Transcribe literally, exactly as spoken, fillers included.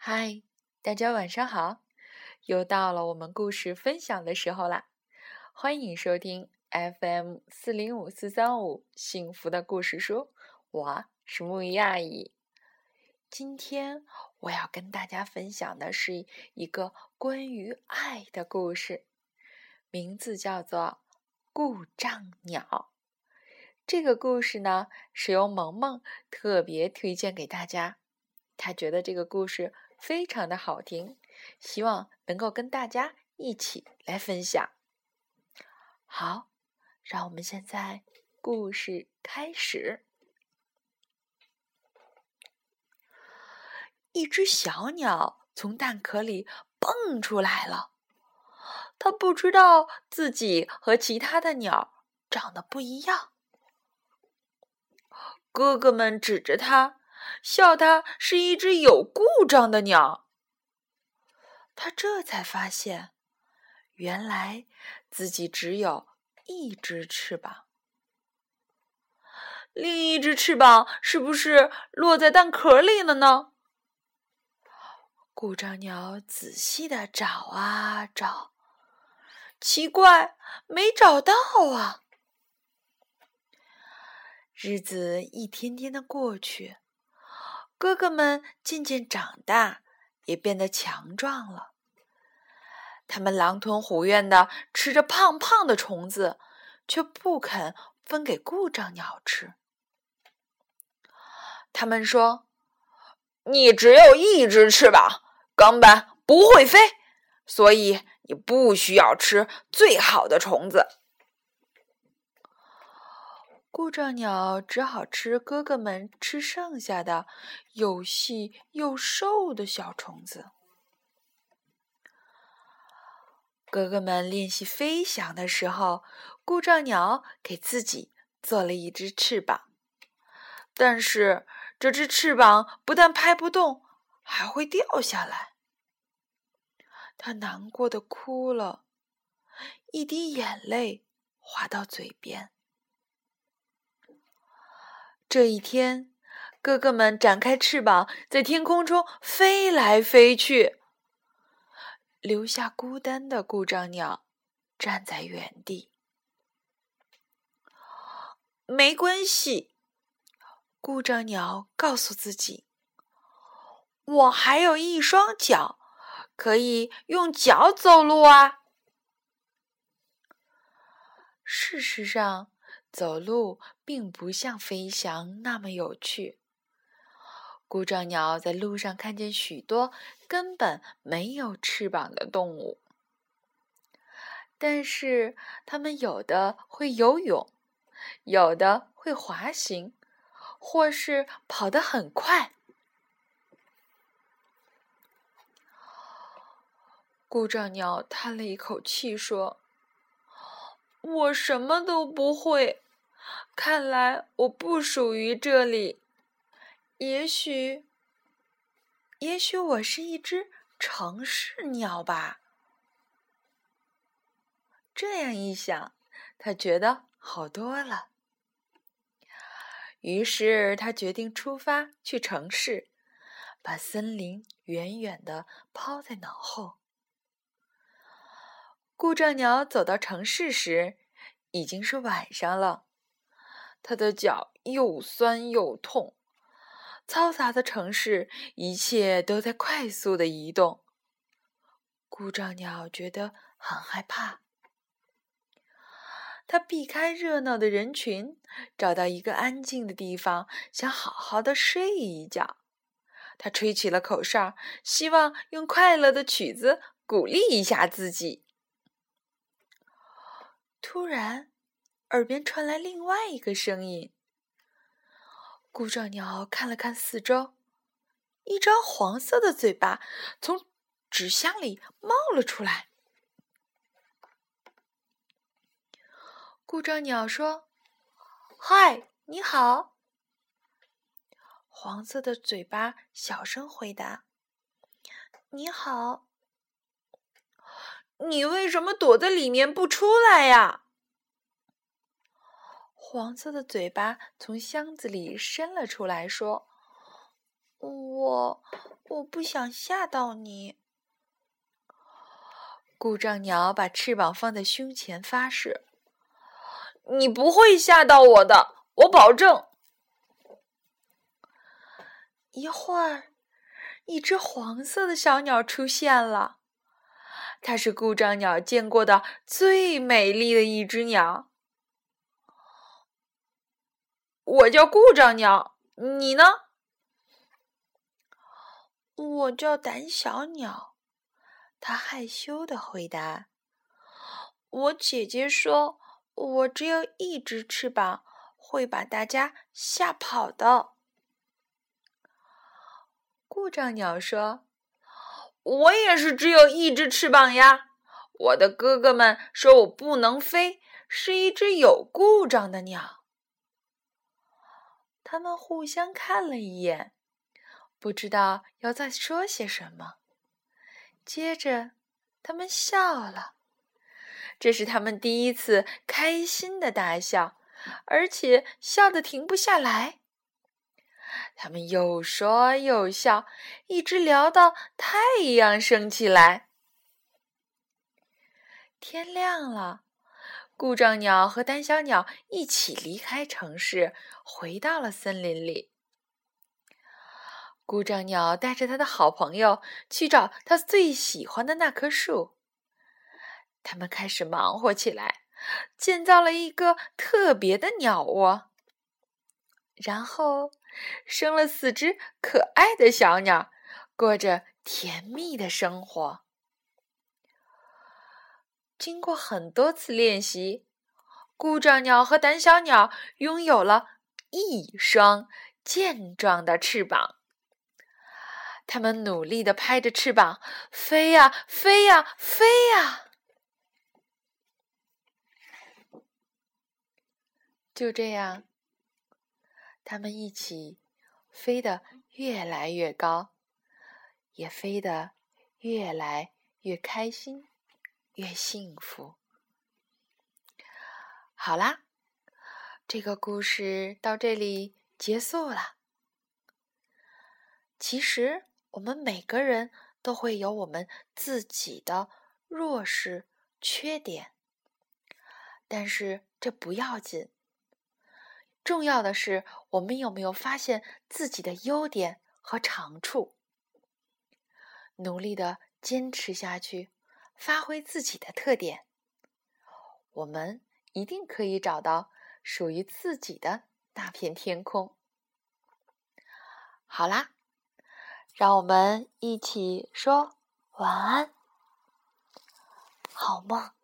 嗨，大家晚上好！又到了我们故事分享的时候啦，欢迎收听 F M 四零五四三五幸福的故事书，我是木鱼阿姨。今天我要跟大家分享的是一个关于爱的故事，名字叫做《故障鸟》。这个故事呢，是由萌萌特别推荐给大家，她觉得这个故事非常的好听，希望能够跟大家一起来分享。好，让我们现在故事开始。一只小鸟从蛋壳里蹦出来了，它不知道自己和其他的鸟长得不一样。哥哥们指着它，笑它是一只有故障的鸟。他这才发现，原来自己只有一只翅膀。另一只翅膀是不是落在蛋壳里了呢？故障鸟仔细地找啊找，奇怪，没找到啊。日子一天天的过去，哥哥们渐渐长大，也变得强壮了。他们狼吞虎咽地吃着胖胖的虫子，却不肯分给故障鸟吃。他们说：“你只有一只翅膀，根本不会飞，所以你不需要吃最好的虫子。”故障鸟只好吃哥哥们吃剩下的又细又瘦的小虫子。哥哥们练习飞翔的时候，故障鸟给自己做了一只翅膀，但是这只翅膀不但拍不动，还会掉下来。他难过的哭了，一滴眼泪滑到嘴边。这一天，哥哥们展开翅膀，在天空中飞来飞去，留下孤单的故障鸟站在原地。没关系，故障鸟告诉自己，我还有一双脚，可以用脚走路啊。事实上，走路并不像飞翔那么有趣。故障鸟在路上看见许多根本没有翅膀的动物，但是它们有的会游泳，有的会滑行，或是跑得很快。故障鸟叹了一口气说：“我什么都不会，看来我不属于这里。也许，也许我是一只城市鸟吧。”这样一想，他觉得好多了。于是他决定出发去城市，把森林远远地抛在脑后。故障鸟走到城市时，已经是晚上了。他的脚又酸又痛，嘈杂的城市，一切都在快速地移动。故障鸟觉得很害怕。他避开热闹的人群，找到一个安静的地方，想好好的睡一觉。他吹起了口哨，希望用快乐的曲子鼓励一下自己。突然，耳边传来另外一个声音。故障鸟看了看四周，一张黄色的嘴巴从纸箱里冒了出来。故障鸟说：“嗨，你好。”黄色的嘴巴小声回答：“你好。”“你为什么躲在里面不出来呀？”黄色的嘴巴从箱子里伸了出来，说：“我我不想吓到你。 故障鸟把翅膀放在胸前发誓：你不会吓到我的，我保证。 一会儿，一只黄色的小鸟出现了。 它是故障鸟见过的最美丽的一只鸟。我叫故障鸟，你呢？ 我叫胆小鸟，它害羞地回答。我姐姐说，我只有一只翅膀，会把大家吓跑的。 故障鸟说，我也是只有一只翅膀呀。我的哥哥们说我不能飞，是一只有故障的鸟。 他们互相看了一眼，不知道要再说些什么。接着，他们笑了。 这是他们第一次开心的大笑，而且笑得停不下来。他们又说又笑，一直聊到太阳升起来。天亮了，故障鸟和胆小鸟一起离开城市，回到了森林里。故障鸟带着他的好朋友去找他最喜欢的那棵树。他们开始忙活起来，建造了一个特别的鸟窝，然后生了四只可爱的小鸟，过着甜蜜的生活。经过很多次练习，故障鸟和胆小鸟拥有了一双健壮的翅膀。它们努力地拍着翅膀，飞呀飞呀飞呀。就这样，它们一起飞得越来越高，也飞得越来越开心，越幸福。好啦，这个故事到这里结束了。其实，我们每个人都会有我们自己的弱势、缺点，但是这不要紧。重要的是，我们有没有发现自己的优点和长处，努力地坚持下去，发挥自己的特点，我们一定可以找到属于自己的那片天空。好啦，让我们一起说晚安，好梦。